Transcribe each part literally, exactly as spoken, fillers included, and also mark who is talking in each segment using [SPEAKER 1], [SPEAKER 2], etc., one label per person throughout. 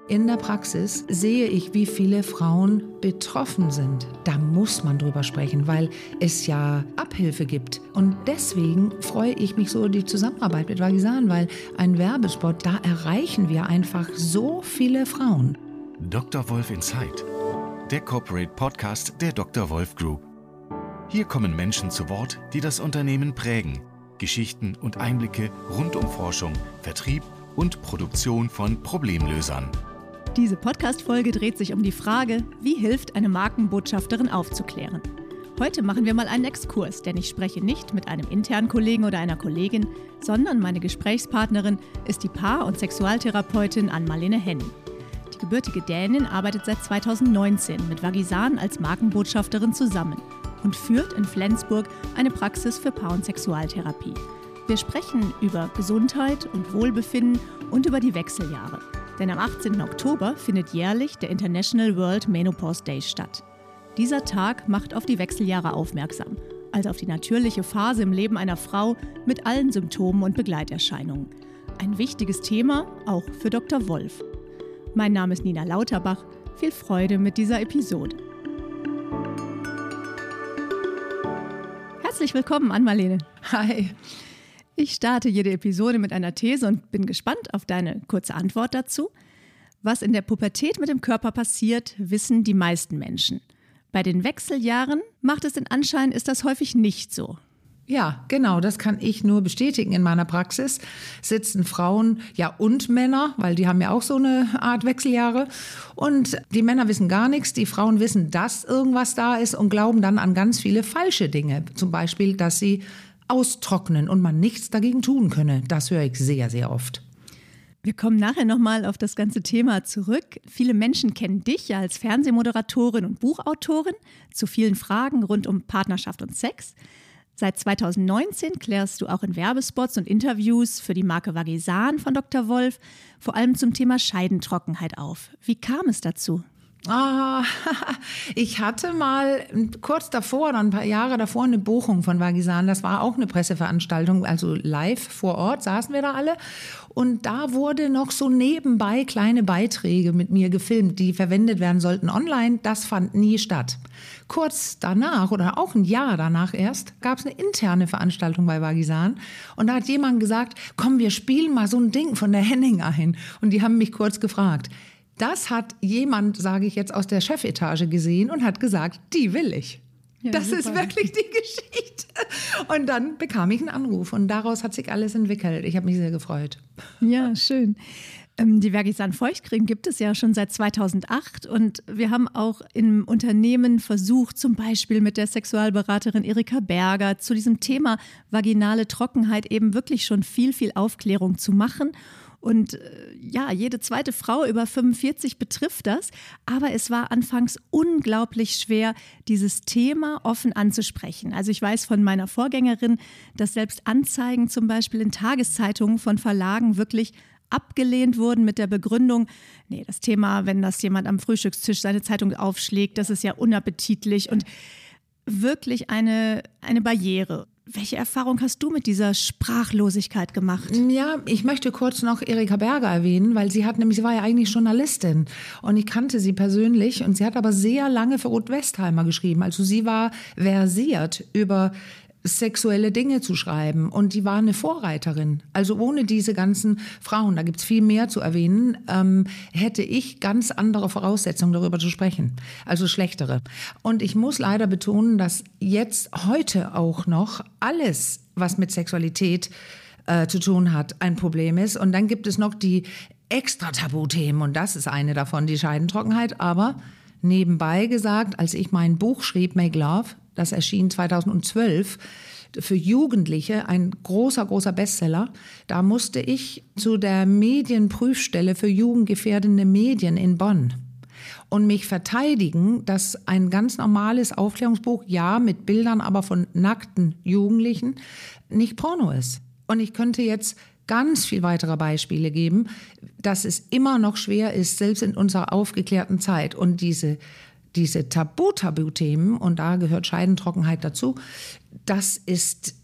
[SPEAKER 1] In der Praxis sehe ich, wie viele Frauen betroffen sind. Da muss man drüber sprechen, weil es ja Abhilfe gibt. Und deswegen freue ich mich so über die Zusammenarbeit mit Vagisan, weil ein Werbespot, da erreichen wir einfach so viele Frauen.
[SPEAKER 2] Doktor Wolf Insight, der Corporate Podcast der Doktor Wolf Group. Hier kommen Menschen zu Wort, die das Unternehmen prägen. Geschichten und Einblicke rund um Forschung, Vertrieb und Produktion von Problemlösern.
[SPEAKER 3] Diese Podcast-Folge dreht sich um die Frage, wie hilft eine Markenbotschafterin aufzuklären? Heute machen wir mal einen Exkurs, denn ich spreche nicht mit einem internen Kollegen oder einer Kollegin, sondern meine Gesprächspartnerin ist die Paar- und Sexualtherapeutin Ann-Marlene Henning. Die gebürtige Dänin arbeitet seit zweitausendneunzehn mit Vagisan als Markenbotschafterin zusammen und führt in Flensburg eine Praxis für Paar- und Sexualtherapie. Wir sprechen über Gesundheit und Wohlbefinden und über die Wechseljahre. Denn am achtzehnten Oktober findet jährlich der International World Menopause Day statt. Dieser Tag macht auf die Wechseljahre aufmerksam, also auf die natürliche Phase im Leben einer Frau mit allen Symptomen und Begleiterscheinungen. Ein wichtiges Thema, auch für Doktor Wolf. Mein Name ist Nina Lauterbach. Viel Freude mit dieser Episode. Herzlich willkommen, Ann-Marlene.
[SPEAKER 1] Hi.
[SPEAKER 3] Ich starte jede Episode mit einer These und bin gespannt auf deine kurze Antwort dazu. Was in der Pubertät mit dem Körper passiert, wissen die meisten Menschen. Bei den Wechseljahren macht es den Anschein, ist das häufig nicht so.
[SPEAKER 1] Ja, genau, das kann ich nur bestätigen. In meiner Praxis sitzen Frauen, ja und Männer, weil die haben ja auch so eine Art Wechseljahre. Und die Männer wissen gar nichts, die Frauen wissen, dass irgendwas da ist und glauben dann an ganz viele falsche Dinge. Zum Beispiel, dass sie austrocknen und man nichts dagegen tun könne. Das höre ich sehr, sehr oft.
[SPEAKER 3] Wir kommen nachher nochmal auf das ganze Thema zurück. Viele Menschen kennen dich ja als Fernsehmoderatorin und Buchautorin zu vielen Fragen rund um Partnerschaft und Sex. Seit zweitausendneunzehn klärst du auch in Werbespots und Interviews für die Marke Vagisan von Doktor Wolf vor allem zum Thema Scheidentrockenheit auf. Wie kam es dazu?
[SPEAKER 1] Ah, ich hatte mal kurz davor, dann ein paar Jahre davor, eine Buchung von Vagisan. Das war auch eine Presseveranstaltung, also live vor Ort saßen wir da alle. Und da wurde noch so nebenbei kleine Beiträge mit mir gefilmt, die verwendet werden sollten online. Das fand nie statt. Kurz danach oder auch ein Jahr danach erst gab es eine interne Veranstaltung bei Vagisan. Und da hat jemand gesagt, komm, wir spielen mal so ein Ding von der Henning ein. Und die haben mich kurz gefragt. Das hat jemand, sage ich jetzt, aus der Chefetage gesehen und hat gesagt, die will ich. Ja, das super. Ist wirklich die Geschichte. Und dann bekam ich einen Anruf und daraus hat sich alles entwickelt. Ich habe mich sehr gefreut.
[SPEAKER 3] Ja, schön. Die Vagisan Feuchtcreme gibt es ja schon seit zweitausendacht und wir haben auch im Unternehmen versucht, zum Beispiel mit der Sexualberaterin Erika Berger zu diesem Thema vaginale Trockenheit eben wirklich schon viel, viel Aufklärung zu machen. Und ja, jede zweite Frau über fünfundvierzig betrifft das. Aber es war anfangs unglaublich schwer, dieses Thema offen anzusprechen. Also ich weiß von meiner Vorgängerin, dass selbst Anzeigen zum Beispiel in Tageszeitungen von Verlagen wirklich abgelehnt wurden mit der Begründung, nee, das Thema, wenn das jemand am Frühstückstisch seine Zeitung aufschlägt, das ist ja unappetitlich und wirklich eine, eine Barriere. Welche Erfahrung hast du mit dieser Sprachlosigkeit gemacht?
[SPEAKER 1] Ja, ich möchte kurz noch Erika Berger erwähnen, weil sie hat nämlich, sie war ja eigentlich Journalistin und ich kannte sie persönlich und sie hat aber sehr lange für Ruth Westheimer geschrieben. Also sie war versiert über sexuelle Dinge zu schreiben und die war eine Vorreiterin. Also ohne diese ganzen Frauen, da gibt's viel mehr zu erwähnen, ähm, hätte ich ganz andere Voraussetzungen darüber zu sprechen, also schlechtere. Und ich muss leider betonen, dass jetzt heute auch noch alles, was mit Sexualität äh, zu tun hat, ein Problem ist. Und dann gibt es noch die extra Tabuthemen und das ist eine davon, die Scheidentrockenheit. Aber nebenbei gesagt, als ich mein Buch schrieb, Make Love, das erschien zweitausendzwölf, für Jugendliche ein großer, großer Bestseller. Da musste ich zu der Medienprüfstelle für jugendgefährdende Medien in Bonn und mich verteidigen, dass ein ganz normales Aufklärungsbuch, ja, mit Bildern, aber von nackten Jugendlichen, nicht Porno ist. Und ich könnte jetzt ganz viel weitere Beispiele geben, dass es immer noch schwer ist, selbst in unserer aufgeklärten Zeit. Und diese Diese Tabu-Tabu-Themen, und da gehört Scheidentrockenheit dazu, das ist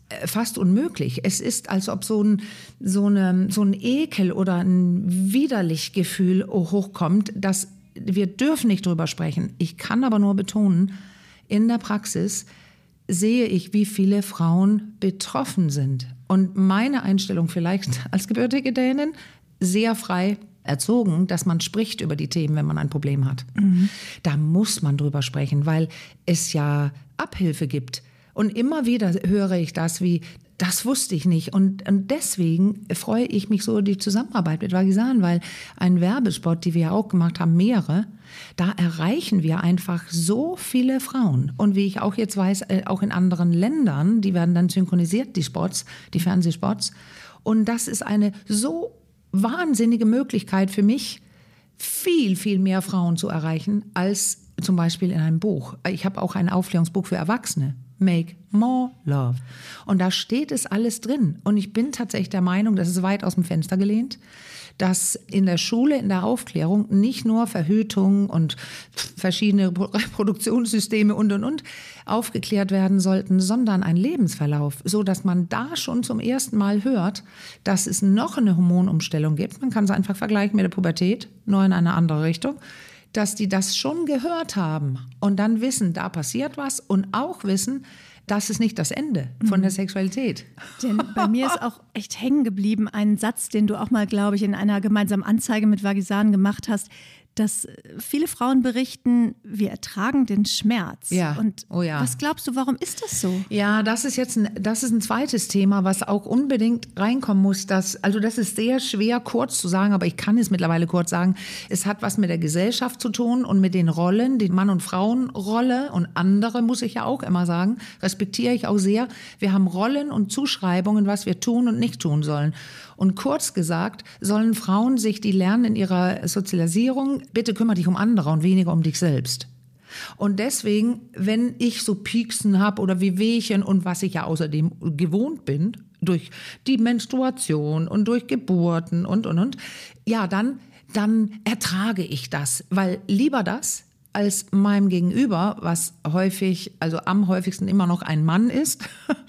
[SPEAKER 1] fast unmöglich. Es ist, als ob so ein, so eine, so ein Ekel oder ein Widerlichgefühl hochkommt, dass wir dürfen nicht drüber sprechen. Ich kann aber nur betonen, in der Praxis sehe ich, wie viele Frauen betroffen sind. Und meine Einstellung vielleicht als gebürtige Dänin, sehr frei erzogen, dass man spricht über die Themen, wenn man ein Problem hat. Mhm. Da muss man drüber sprechen, weil es ja Abhilfe gibt. Und immer wieder höre ich das wie, das wusste ich nicht. Und, und deswegen freue ich mich so die Zusammenarbeit mit Vagisan, weil ein Werbespot, die wir ja auch gemacht haben, mehrere, da erreichen wir einfach so viele Frauen. Und wie ich auch jetzt weiß, auch in anderen Ländern, die werden dann synchronisiert, die Spots, die Fernsehspots. Und das ist eine so wahnsinnige Möglichkeit für mich, viel, viel mehr Frauen zu erreichen, als zum Beispiel in einem Buch. Ich habe auch ein Aufklärungsbuch für Erwachsene. Make more love. Und da steht es alles drin. Und ich bin tatsächlich der Meinung, das ist weit aus dem Fenster gelehnt, dass in der Schule, in der Aufklärung nicht nur Verhütung und verschiedene Reproduktionssysteme und, und, und aufgeklärt werden sollten, sondern ein Lebensverlauf, so dass man da schon zum ersten Mal hört, dass es noch eine Hormonumstellung gibt. Man kann es einfach vergleichen mit der Pubertät, nur in eine andere Richtung. Dass die das schon gehört haben und dann wissen, da passiert was und auch wissen, das ist nicht das Ende von der Sexualität.
[SPEAKER 3] Denn bei mir ist auch echt hängen geblieben ein Satz, den du auch mal, glaube ich, in einer gemeinsamen Anzeige mit Vagisan gemacht hast, dass viele Frauen berichten, wir ertragen den Schmerz.
[SPEAKER 1] Ja.
[SPEAKER 3] Und
[SPEAKER 1] oh ja.
[SPEAKER 3] Was glaubst du, warum ist das so?
[SPEAKER 1] Ja, das ist jetzt ein, das ist ein zweites Thema, was auch unbedingt reinkommen muss. Dass, also das ist sehr schwer kurz zu sagen, aber ich kann es mittlerweile kurz sagen. Es hat was mit der Gesellschaft zu tun und mit den Rollen, die Mann- und Frauenrolle und andere, muss ich ja auch immer sagen, respektiere ich auch sehr. Wir haben Rollen und Zuschreibungen, was wir tun und nicht tun sollen. Und kurz gesagt, sollen Frauen sich, die lernen in ihrer Sozialisierung, bitte kümmere dich um andere und weniger um dich selbst. Und deswegen, wenn ich so Pieksen habe oder Wehwehchen und was ich ja außerdem gewohnt bin, durch die Menstruation und durch Geburten und, und, und, ja, dann, dann ertrage ich das, weil lieber das, als meinem Gegenüber, was häufig, also am häufigsten immer noch ein Mann ist,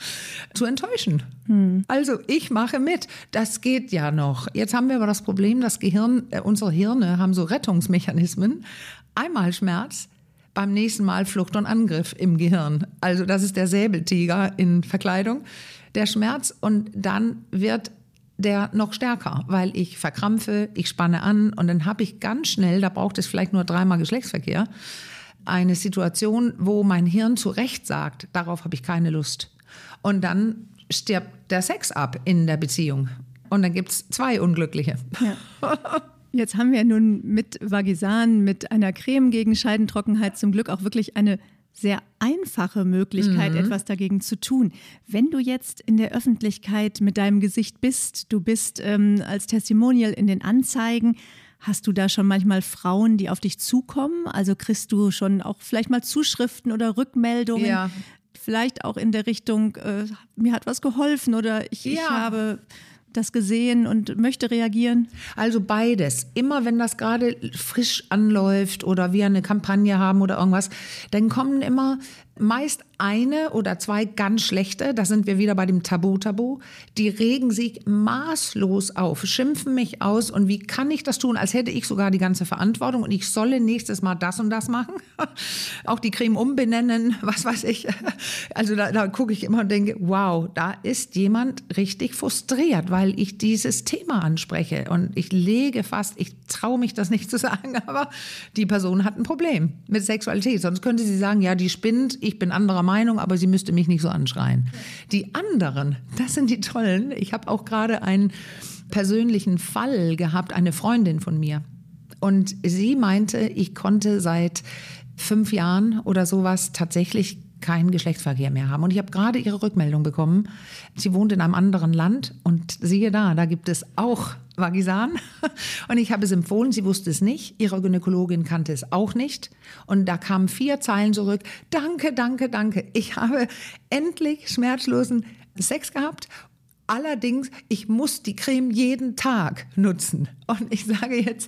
[SPEAKER 1] zu enttäuschen. Hm. Also ich mache mit. Das geht ja noch. Jetzt haben wir aber das Problem, das Gehirn, äh, unsere Hirne haben so Rettungsmechanismen. Einmal Schmerz, beim nächsten Mal Flucht und Angriff im Gehirn. Also das ist der Säbeltiger in Verkleidung. Der Schmerz und dann wird der noch stärker, weil ich verkrampfe, ich spanne an und dann habe ich ganz schnell, da braucht es vielleicht nur dreimal Geschlechtsverkehr, eine Situation, wo mein Hirn zu Recht sagt, darauf habe ich keine Lust. Und dann stirbt der Sex ab in der Beziehung. Und dann gibt es zwei Unglückliche.
[SPEAKER 3] Ja. Jetzt haben wir nun mit Vagisan, mit einer Creme gegen Scheidentrockenheit zum Glück auch wirklich eine sehr einfache Möglichkeit, mhm. etwas dagegen zu tun. Wenn du jetzt in der Öffentlichkeit mit deinem Gesicht bist, du bist ähm, als Testimonial in den Anzeigen, hast du da schon manchmal Frauen, die auf dich zukommen? Also kriegst du schon auch vielleicht mal Zuschriften oder Rückmeldungen?
[SPEAKER 1] Ja.
[SPEAKER 3] Vielleicht auch in der Richtung, äh, mir hat was geholfen oder ich,
[SPEAKER 1] ja.
[SPEAKER 3] ich habe das gesehen und möchte reagieren?
[SPEAKER 1] Also beides. Immer wenn das gerade frisch anläuft oder wir eine Kampagne haben oder irgendwas, dann kommen immer meist eine oder zwei ganz schlechte, da sind wir wieder bei dem Tabu-Tabu, die regen sich maßlos auf, schimpfen mich aus und wie kann ich das tun, als hätte ich sogar die ganze Verantwortung und ich solle nächstes Mal das und das machen, auch die Creme umbenennen, was weiß ich. Also da, da gucke ich immer und denke, wow, da ist jemand richtig frustriert, weil ich dieses Thema anspreche und ich lege fast, ich traue mich das nicht zu sagen, aber die Person hat ein Problem mit Sexualität, sonst könnte sie sagen, ja, die spinnt, ich bin anderer Meinung, aber sie müsste mich nicht so anschreien. Die anderen, das sind die Tollen. Ich habe auch gerade einen persönlichen Fall gehabt, eine Freundin von mir. Und sie meinte, ich konnte seit fünf Jahren oder sowas tatsächlich keinen Geschlechtsverkehr mehr haben. Und ich habe gerade ihre Rückmeldung bekommen. Sie wohnt in einem anderen Land und siehe da, da gibt es auch Vagisan. Und ich habe es empfohlen, sie wusste es nicht. Ihre Gynäkologin kannte es auch nicht. Und da kamen vier Zeilen zurück. Danke, danke, danke. Ich habe endlich schmerzlosen Sex gehabt. Allerdings, ich muss die Creme jeden Tag nutzen. Und ich sage jetzt,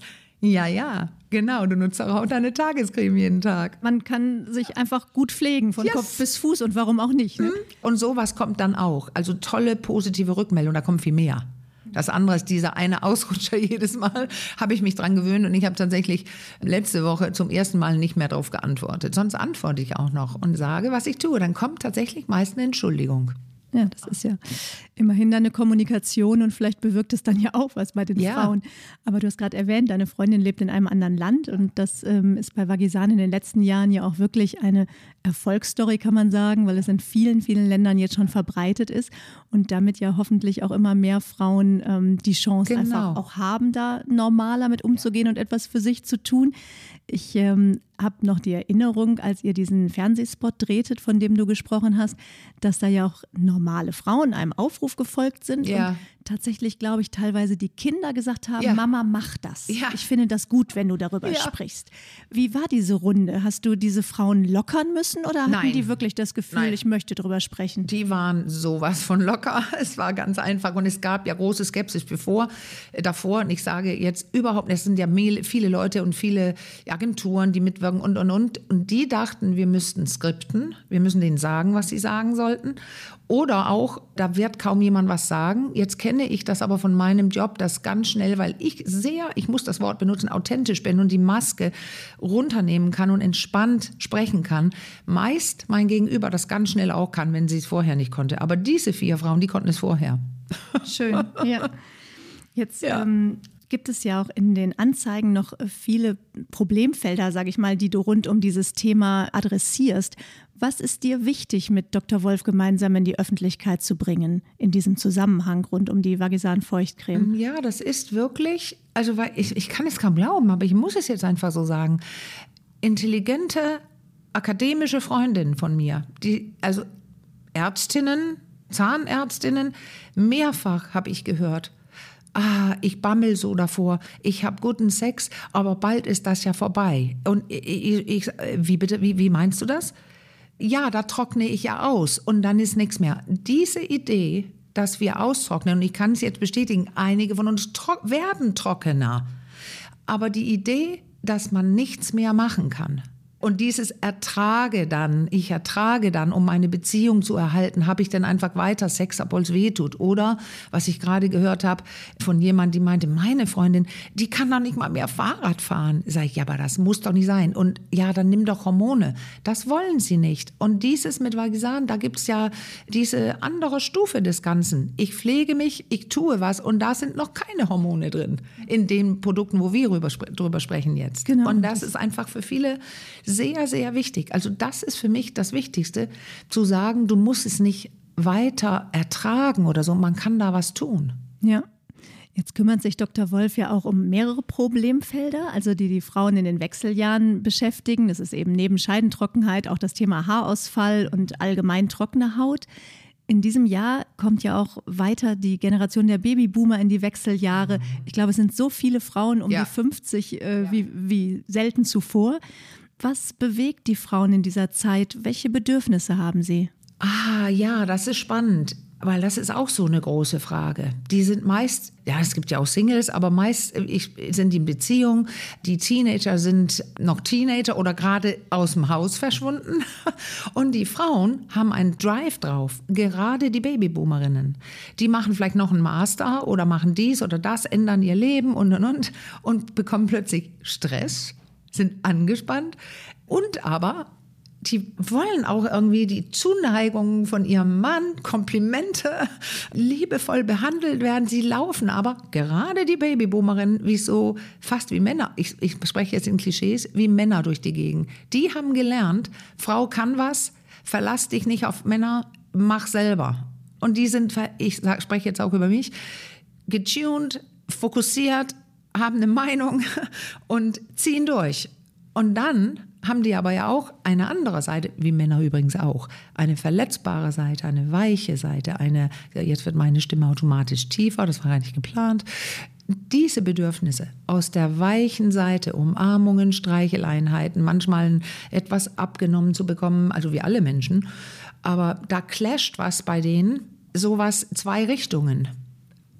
[SPEAKER 1] Ja, ja, genau. Du nutzt auch deine Tagescreme jeden Tag.
[SPEAKER 3] Man kann sich einfach gut pflegen, von
[SPEAKER 1] Yes.
[SPEAKER 3] Kopf bis Fuß und warum auch nicht. Ne?
[SPEAKER 1] Und sowas kommt dann auch. Also tolle, positive Rückmeldung, da kommt viel mehr. Das andere ist dieser eine Ausrutscher jedes Mal, habe ich mich dran gewöhnt und ich habe tatsächlich letzte Woche zum ersten Mal nicht mehr darauf geantwortet. Sonst antworte ich auch noch und sage, was ich tue. Dann kommt tatsächlich meist eine Entschuldigung.
[SPEAKER 3] Ja, das ist ja immerhin dann eine Kommunikation und vielleicht bewirkt es dann ja auch was bei den
[SPEAKER 1] Ja.
[SPEAKER 3] Frauen. Aber du hast gerade erwähnt, deine Freundin lebt in einem anderen Land und das ähm, ist bei Vagisan in den letzten Jahren ja auch wirklich eine Erfolgsstory, kann man sagen, weil es in vielen, vielen Ländern jetzt schon verbreitet ist und damit ja hoffentlich auch immer mehr Frauen ähm, die Chance
[SPEAKER 1] Genau.
[SPEAKER 3] einfach auch haben, da normaler mit umzugehen und etwas für sich zu tun. Ich ähm, habe noch die Erinnerung, als ihr diesen Fernsehspot drehtet, von dem du gesprochen hast, dass da ja auch normale Frauen einem Aufruf gefolgt sind
[SPEAKER 1] Ja.
[SPEAKER 3] und tatsächlich, glaube ich, teilweise die Kinder gesagt haben,
[SPEAKER 1] Ja.
[SPEAKER 3] Mama, mach das.
[SPEAKER 1] Ja.
[SPEAKER 3] Ich finde das gut, wenn du darüber
[SPEAKER 1] Ja.
[SPEAKER 3] sprichst. Wie war diese Runde? Hast du diese Frauen lockern müssen oder hatten
[SPEAKER 1] Nein.
[SPEAKER 3] die wirklich das Gefühl,
[SPEAKER 1] Nein.
[SPEAKER 3] ich möchte drüber sprechen?
[SPEAKER 1] Die waren sowas von locker. Es war ganz einfach und es gab ja große Skepsis bevor, äh, davor. Und ich sage jetzt überhaupt nicht, es sind ja mehl- viele Leute und viele Agenturen, die mitwirken und, und, und. Und die dachten, wir müssten skripten, wir müssen denen sagen, was sie sagen sollten. Oder auch, da wird kaum jemand was sagen. Jetzt kenne ich das aber von meinem Job, das ganz schnell, weil ich sehr, ich muss das Wort benutzen, authentisch bin und die Maske runternehmen kann und entspannt sprechen kann. Meist mein Gegenüber das ganz schnell auch kann, wenn sie es vorher nicht konnte. Aber diese vier Frauen, die konnten es vorher.
[SPEAKER 3] Schön, ja. Jetzt
[SPEAKER 1] Ja.
[SPEAKER 3] ähm, gibt es ja auch in den Anzeigen noch viele Problemfelder, sage ich mal, die du rund um dieses Thema adressierst. Was ist dir wichtig, mit Doktor Wolf gemeinsam in die Öffentlichkeit zu bringen, in diesem Zusammenhang rund um die Vagisan-Feuchtcreme?
[SPEAKER 1] Ja, das ist wirklich, also weil ich, ich kann es kaum glauben, aber ich muss es jetzt einfach so sagen. Intelligente, akademische Freundinnen von mir, die, also Ärztinnen, Zahnärztinnen, mehrfach habe ich gehört. Ah, ich bammel so davor, ich habe guten Sex, aber bald ist das ja vorbei. Und ich, ich, wie bitte, wie, wie meinst du das? Ja, da trockne ich ja aus und dann ist nichts mehr. Diese Idee, dass wir austrocknen, und ich kann es jetzt bestätigen, einige von uns tro- werden trockener. Aber die Idee, dass man nichts mehr machen kann. Und dieses Ertrage dann, ich ertrage dann, um meine Beziehung zu erhalten, habe ich dann einfach weiter Sex, obwohl es weh tut. Oder, was ich gerade gehört habe von jemandem, die meinte, meine Freundin, die kann doch nicht mal mehr Fahrrad fahren. Sag ich, ja, aber das muss doch nicht sein. Und ja, dann nimm doch Hormone. Das wollen sie nicht. Und dieses mit Vagisan, da gibt es ja diese andere Stufe des Ganzen. Ich pflege mich, ich tue was und da sind noch keine Hormone drin. In den Produkten, wo wir drüber, drüber sprechen jetzt.
[SPEAKER 3] Genau.
[SPEAKER 1] Und das ist einfach für viele sehr, sehr wichtig. Also das ist für mich das Wichtigste, zu sagen, du musst es nicht weiter ertragen oder so, man kann da was tun.
[SPEAKER 3] Ja. Jetzt kümmert sich Doktor Wolf ja auch um mehrere Problemfelder, also die die Frauen in den Wechseljahren beschäftigen. Das ist eben neben Scheidentrockenheit auch das Thema Haarausfall und allgemein trockene Haut. In diesem Jahr kommt ja auch weiter die Generation der Babyboomer in die Wechseljahre. Ich glaube, es sind so viele Frauen um
[SPEAKER 1] Ja.
[SPEAKER 3] die fünfzig äh, wie, wie selten zuvor. Was bewegt die Frauen in dieser Zeit? Welche Bedürfnisse haben sie?
[SPEAKER 1] Ah, ja, das ist spannend, weil das ist auch so eine große Frage. Die sind meist, ja, es gibt ja auch Singles, aber meist ich, sind die in Beziehung. Die Teenager sind noch Teenager oder gerade aus dem Haus verschwunden. Und die Frauen haben einen Drive drauf, gerade die Babyboomerinnen. Die machen vielleicht noch einen Master oder machen dies oder das, ändern ihr Leben und, und, und, und bekommen plötzlich Stress, sind angespannt und aber die wollen auch irgendwie die Zuneigung von ihrem Mann, Komplimente, liebevoll behandelt werden. Sie laufen aber, gerade die Babyboomerinnen, wie so, fast wie Männer, ich, ich spreche jetzt in Klischees, wie Männer durch die Gegend. Die haben gelernt, Frau kann was, verlass dich nicht auf Männer, mach selber. Und die sind, ich sag, spreche jetzt auch über mich, getuned, fokussiert, haben eine Meinung und ziehen durch. Und dann haben die aber ja auch eine andere Seite, wie Männer übrigens auch, eine verletzbare Seite, eine weiche Seite, eine, jetzt wird meine Stimme automatisch tiefer, das war gar nicht geplant. Diese Bedürfnisse aus der weichen Seite, Umarmungen, Streicheleinheiten, manchmal etwas abgenommen zu bekommen, also wie alle Menschen, aber da clasht was bei denen, sowas zwei Richtungen.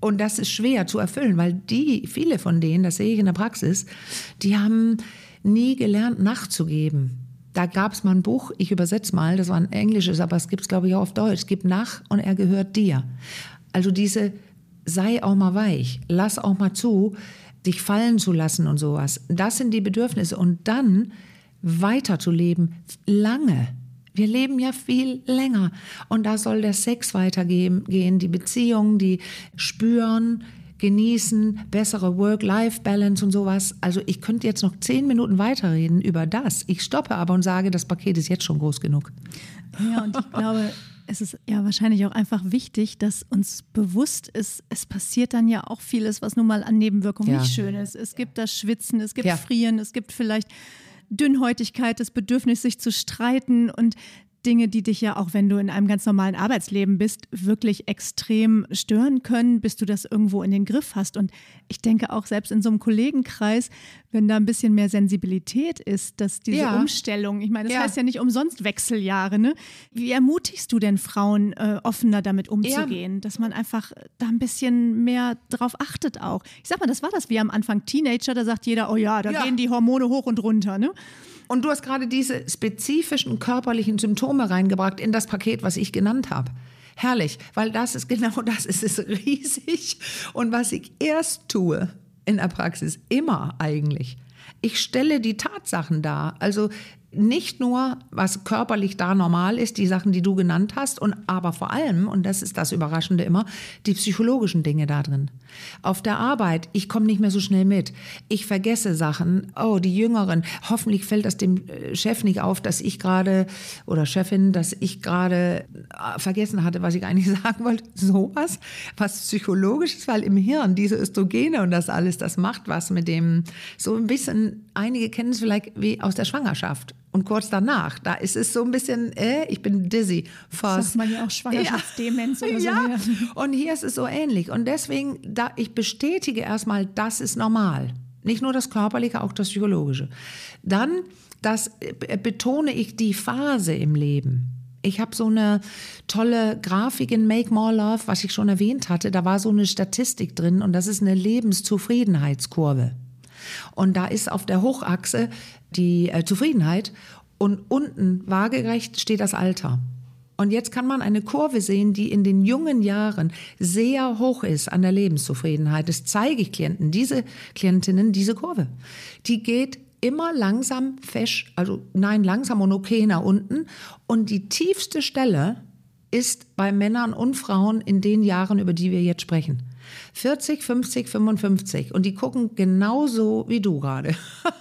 [SPEAKER 1] Und das ist schwer zu erfüllen, weil die, viele von denen, das sehe ich in der Praxis, die haben nie gelernt, nachzugeben. Da gab es mal ein Buch, ich übersetze mal, das war ein englisches, aber es gibt es, glaube ich, auch auf Deutsch. Gib nach und er gehört dir. Also diese, sei auch mal weich, lass auch mal zu, dich fallen zu lassen und sowas. Das sind die Bedürfnisse. Und dann weiterzuleben, lange. Wir leben ja viel länger. Und da soll der Sex weitergehen, die Beziehungen, die spüren, genießen, bessere Work-Life-Balance und sowas. Also ich könnte jetzt noch zehn Minuten weiterreden über das. Ich stoppe aber und sage, das Paket ist jetzt schon groß genug.
[SPEAKER 3] Ja, und ich glaube, es ist ja wahrscheinlich auch einfach wichtig, dass uns bewusst ist, es passiert dann ja auch vieles, was nun mal an Nebenwirkungen
[SPEAKER 1] ja.
[SPEAKER 3] nicht schön ist. Es gibt das Schwitzen, es gibt
[SPEAKER 1] ja.
[SPEAKER 3] Frieren, es gibt vielleicht Dünnhäutigkeit, das Bedürfnis, sich zu streiten und Dinge, die dich ja auch, wenn du in einem ganz normalen Arbeitsleben bist, wirklich extrem stören können, bis du das irgendwo in den Griff hast. Und ich denke auch selbst in so einem Kollegenkreis, wenn da ein bisschen mehr Sensibilität ist, dass diese
[SPEAKER 1] ja.
[SPEAKER 3] Umstellung, ich meine, das
[SPEAKER 1] ja.
[SPEAKER 3] heißt ja nicht umsonst Wechseljahre, ne? Wie ermutigst du denn Frauen, äh, offener damit umzugehen, ja. dass man einfach da ein bisschen mehr drauf achtet auch? Ich sag mal, das war das wie am Anfang Teenager, da sagt jeder, oh ja, da ja. gehen die Hormone hoch und runter, ne?
[SPEAKER 1] Und du hast gerade diese spezifischen körperlichen Symptome reingebracht in das Paket, was ich genannt habe. Herrlich, weil das ist genau das, es ist riesig. Und was ich erst tue in der Praxis, immer eigentlich, ich stelle die Tatsachen dar. Also nicht nur, was körperlich da normal ist, die Sachen, die du genannt hast, und aber vor allem, und das ist das Überraschende immer, die psychologischen Dinge da drin. Auf der Arbeit, ich komme nicht mehr so schnell mit. Ich vergesse Sachen. Oh, die Jüngeren. Hoffentlich fällt das dem Chef nicht auf, dass ich gerade, oder Chefin, dass ich gerade vergessen hatte, was ich eigentlich sagen wollte. Sowas, was psychologisch ist, weil im Hirn diese Östrogene und das alles, das macht was mit dem, so ein bisschen, einige kennen es vielleicht wie aus der Schwangerschaft. Und kurz danach, da ist es so ein bisschen, äh, ich bin dizzy. Fast.
[SPEAKER 3] Das sagt man ja auch Schwangerschaftsdemenz
[SPEAKER 1] ja.
[SPEAKER 3] oder so.
[SPEAKER 1] Ja. Und hier ist es so ähnlich. Und deswegen, da, ich bestätige erstmal, das ist normal. Nicht nur das Körperliche, auch das Psychologische. Dann, das äh, betone ich die Phase im Leben. Ich habe so eine tolle Grafik in Make More Love, was ich schon erwähnt hatte. Da war so eine Statistik drin und das ist eine Lebenszufriedenheitskurve. Und da ist auf der Hochachse die äh, Zufriedenheit und unten waagerecht steht das Alter. Und jetzt kann man eine Kurve sehen, die in den jungen Jahren sehr hoch ist an der Lebenszufriedenheit. Das zeige ich Klienten, diese Klientinnen, diese Kurve. Die geht immer langsam fesch, also nein, langsam und okay nach unten. Und die tiefste Stelle ist bei Männern und Frauen in den Jahren, über die wir jetzt sprechen. vierzig, fünfzig, fünfundfünfzig. Und die gucken genauso wie du gerade.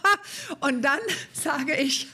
[SPEAKER 1] Und dann sage ich,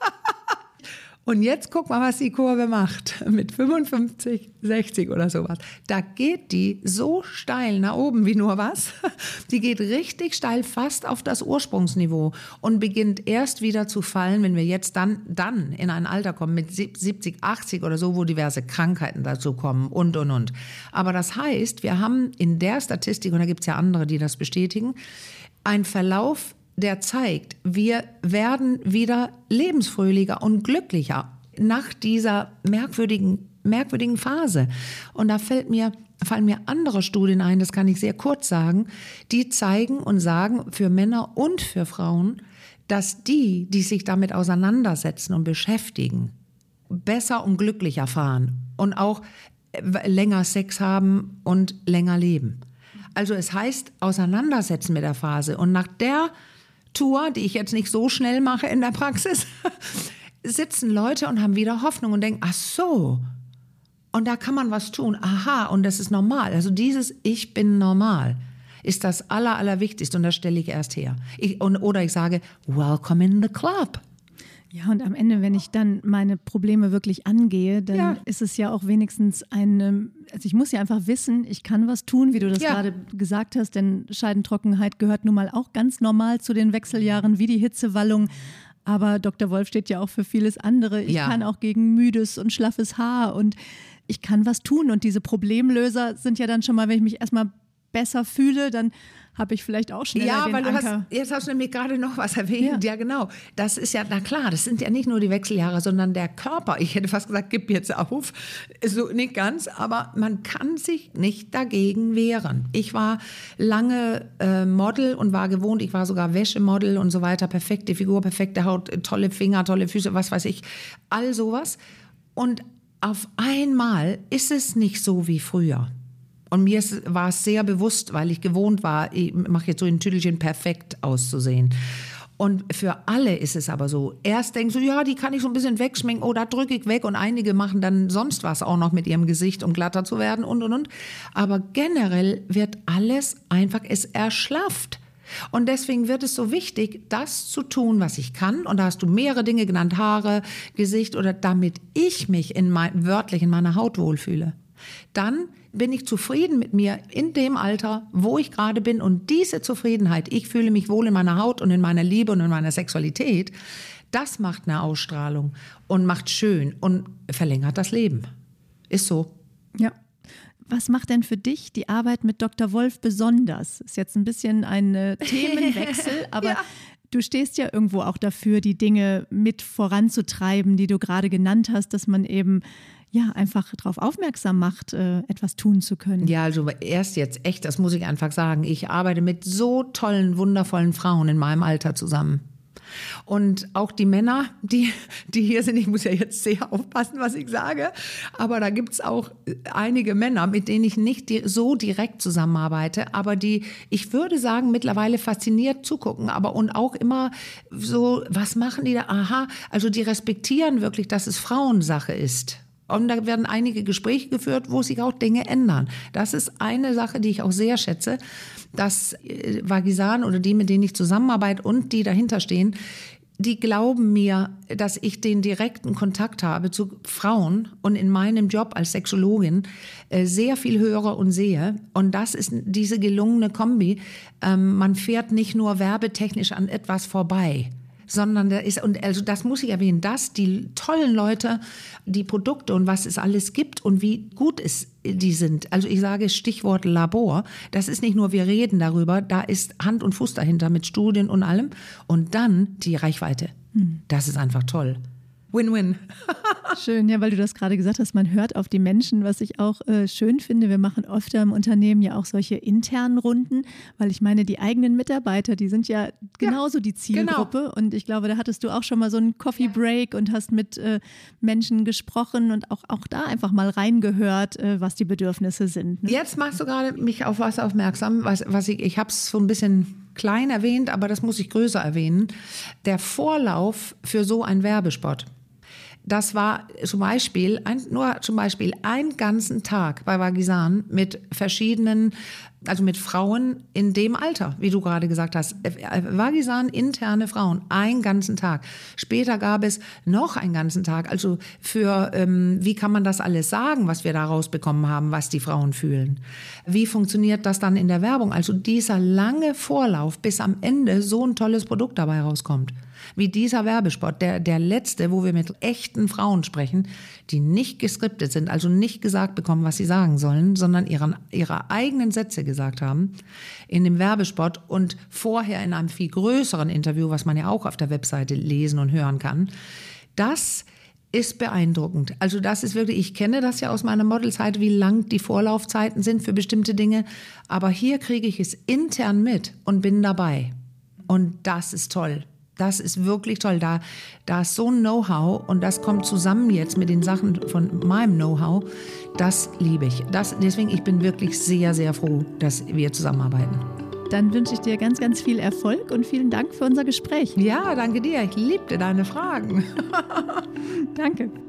[SPEAKER 1] und jetzt guck mal, was die Kurve macht. Mit fünfundfünfzig, sechzig oder sowas. Da geht die so steil nach oben wie nur was. Die geht richtig steil fast auf das Ursprungsniveau und beginnt erst wieder zu fallen, wenn wir jetzt dann, dann in ein Alter kommen mit siebzig, achtzig oder so, wo diverse Krankheiten dazu kommen und, und, und. Aber das heißt, wir haben in der Statistik, und da gibt es ja andere, die das bestätigen, einen Verlauf, der zeigt, wir werden wieder lebensfröhlicher und glücklicher nach dieser merkwürdigen, merkwürdigen Phase. Und da fällt mir, fallen mir andere Studien ein, das kann ich sehr kurz sagen, die zeigen und sagen für Männer und für Frauen, dass die, die sich damit auseinandersetzen und beschäftigen, besser und glücklicher fahren und auch länger Sex haben und länger leben. Also es heißt, auseinandersetzen mit der Phase. Und nach der Tour, die ich jetzt nicht so schnell mache in der Praxis, sitzen Leute und haben wieder Hoffnung und denken, ach so, und da kann man was tun. Aha, und das ist normal. Also dieses Ich bin normal ist das Aller, Allerwichtigste und das stelle ich erst her. Ich, und, oder ich sage, welcome in the club.
[SPEAKER 3] Ja, und am Ende, wenn ich dann meine Probleme wirklich angehe, dann ja. ist es ja auch wenigstens eine, also ich muss ja einfach wissen, ich kann was tun, wie du das ja. gerade gesagt hast, denn Scheidentrockenheit gehört nun mal auch ganz normal zu den Wechseljahren, wie die Hitzewallung. Aber Doktor Wolf steht ja auch für vieles andere. Ich ja. kann auch gegen müdes und schlaffes Haar und ich kann was tun. Und diese Problemlöser sind ja dann schon mal, wenn ich mich erstmal besser fühle, dann habe ich vielleicht auch schneller
[SPEAKER 1] ja,
[SPEAKER 3] den
[SPEAKER 1] weil du
[SPEAKER 3] Anker.
[SPEAKER 1] hast, jetzt hast du nämlich gerade noch was erwähnt. Ja. ja, genau. Das ist ja, na klar, das sind ja nicht nur die Wechseljahre, sondern der Körper. Ich hätte fast gesagt, gib jetzt auf. So nicht ganz, aber man kann sich nicht dagegen wehren. Ich war lange äh, Model und war gewohnt, ich war sogar Wäschemodel und so weiter. Perfekte Figur, perfekte Haut, tolle Finger, tolle Füße, was weiß ich. All sowas. Und auf einmal ist es nicht so wie früher. Und mir war es sehr bewusst, weil ich gewohnt war, ich mache jetzt so ein Tüdelchen perfekt auszusehen. Und für alle ist es aber so. Erst denkst du, ja, die kann ich so ein bisschen wegschminken, oh, da drücke ich weg. Und einige machen dann sonst was auch noch mit ihrem Gesicht, um glatter zu werden und, und, und. Aber generell wird alles einfach, es erschlafft. Und deswegen wird es so wichtig, das zu tun, was ich kann. Und da hast du mehrere Dinge genannt, Haare, Gesicht, oder damit ich mich in mein, wörtlich in meiner Haut wohlfühle. Dann bin ich zufrieden mit mir in dem Alter, wo ich gerade bin. Und diese Zufriedenheit, ich fühle mich wohl in meiner Haut und in meiner Liebe und in meiner Sexualität, das macht eine Ausstrahlung und macht schön und verlängert das Leben. Ist so.
[SPEAKER 3] Ja. Was macht denn für dich die Arbeit mit Doktor Wolf besonders? Ist jetzt ein bisschen ein äh, Themenwechsel, aber ja. Du stehst ja irgendwo auch dafür, die Dinge mit voranzutreiben, die du gerade genannt hast, dass man eben ja einfach darauf aufmerksam macht, äh, etwas tun zu können.
[SPEAKER 1] Ja, also erst jetzt echt, das muss ich einfach sagen, ich arbeite mit so tollen, wundervollen Frauen in meinem Alter zusammen. Und auch die Männer, die, die hier sind, ich muss ja jetzt sehr aufpassen, was ich sage, aber da gibt's auch einige Männer, mit denen ich nicht so direkt zusammenarbeite, aber die, ich würde sagen, mittlerweile fasziniert zugucken, aber und auch immer so, was machen die da? Aha, also die respektieren wirklich, dass es Frauensache ist. Und da werden einige Gespräche geführt, wo sich auch Dinge ändern. Das ist eine Sache, die ich auch sehr schätze, dass Vagisan oder die, mit denen ich zusammenarbeite und die dahinter stehen, die glauben mir, dass ich den direkten Kontakt habe zu Frauen und in meinem Job als Sexologin sehr viel höre und sehe. Und das ist diese gelungene Kombi. Man fährt nicht nur werbetechnisch an etwas vorbei, sondern da ist, und also das muss ich erwähnen, dass die tollen Leute, die Produkte und was es alles gibt und wie gut es die sind. Also ich sage Stichwort Labor, das ist nicht nur wir reden darüber, da ist Hand und Fuß dahinter mit Studien und allem. Und dann die Reichweite. Hm. Das ist einfach toll. Win-win.
[SPEAKER 3] Schön, ja, weil du das gerade gesagt hast, man hört auf die Menschen, was ich auch äh, schön finde. Wir machen öfter im Unternehmen ja auch solche internen Runden, weil ich meine, die eigenen Mitarbeiter, die sind ja genauso ja, die Zielgruppe. Genau. Und ich glaube, da hattest du auch schon mal so einen Coffee Break und hast mit äh, Menschen gesprochen und auch, auch da einfach mal reingehört, äh, was die Bedürfnisse sind. Ne?
[SPEAKER 1] Jetzt machst du gerade mich auf was aufmerksam, was, was ich, ich habe es so ein bisschen klein erwähnt, aber das muss ich größer erwähnen. Der Vorlauf für so einen Werbespot. Das war zum Beispiel, ein, nur zum Beispiel einen ganzen Tag bei Vagisan mit verschiedenen, also mit Frauen in dem Alter, wie du gerade gesagt hast. Vagisan interne Frauen, einen ganzen Tag. Später gab es noch einen ganzen Tag, also für, ähm, wie kann man das alles sagen, was wir da rausbekommen haben, was die Frauen fühlen. Wie funktioniert das dann in der Werbung? Also dieser lange Vorlauf, bis am Ende so ein tolles Produkt dabei rauskommt. Wie dieser Werbespot, der, der letzte, wo wir mit echten Frauen sprechen, die nicht geskriptet sind, also nicht gesagt bekommen, was sie sagen sollen, sondern ihren, ihre eigenen Sätze gesagt haben in dem Werbespot und vorher in einem viel größeren Interview, was man ja auch auf der Webseite lesen und hören kann. Das ist beeindruckend. Also das ist wirklich, ich kenne das ja aus meiner Modelzeit, wie lang die Vorlaufzeiten sind für bestimmte Dinge, aber hier kriege ich es intern mit und bin dabei. Und das ist toll. Das ist wirklich toll. Da, da ist so ein Know-how und das kommt zusammen jetzt mit den Sachen von meinem Know-how. Das liebe ich. Das, deswegen, ich bin wirklich sehr, sehr froh, dass wir zusammenarbeiten.
[SPEAKER 3] Dann wünsche ich dir ganz, ganz viel Erfolg und vielen Dank für unser Gespräch.
[SPEAKER 1] Ja, danke dir. Ich liebte deine Fragen.
[SPEAKER 3] Danke.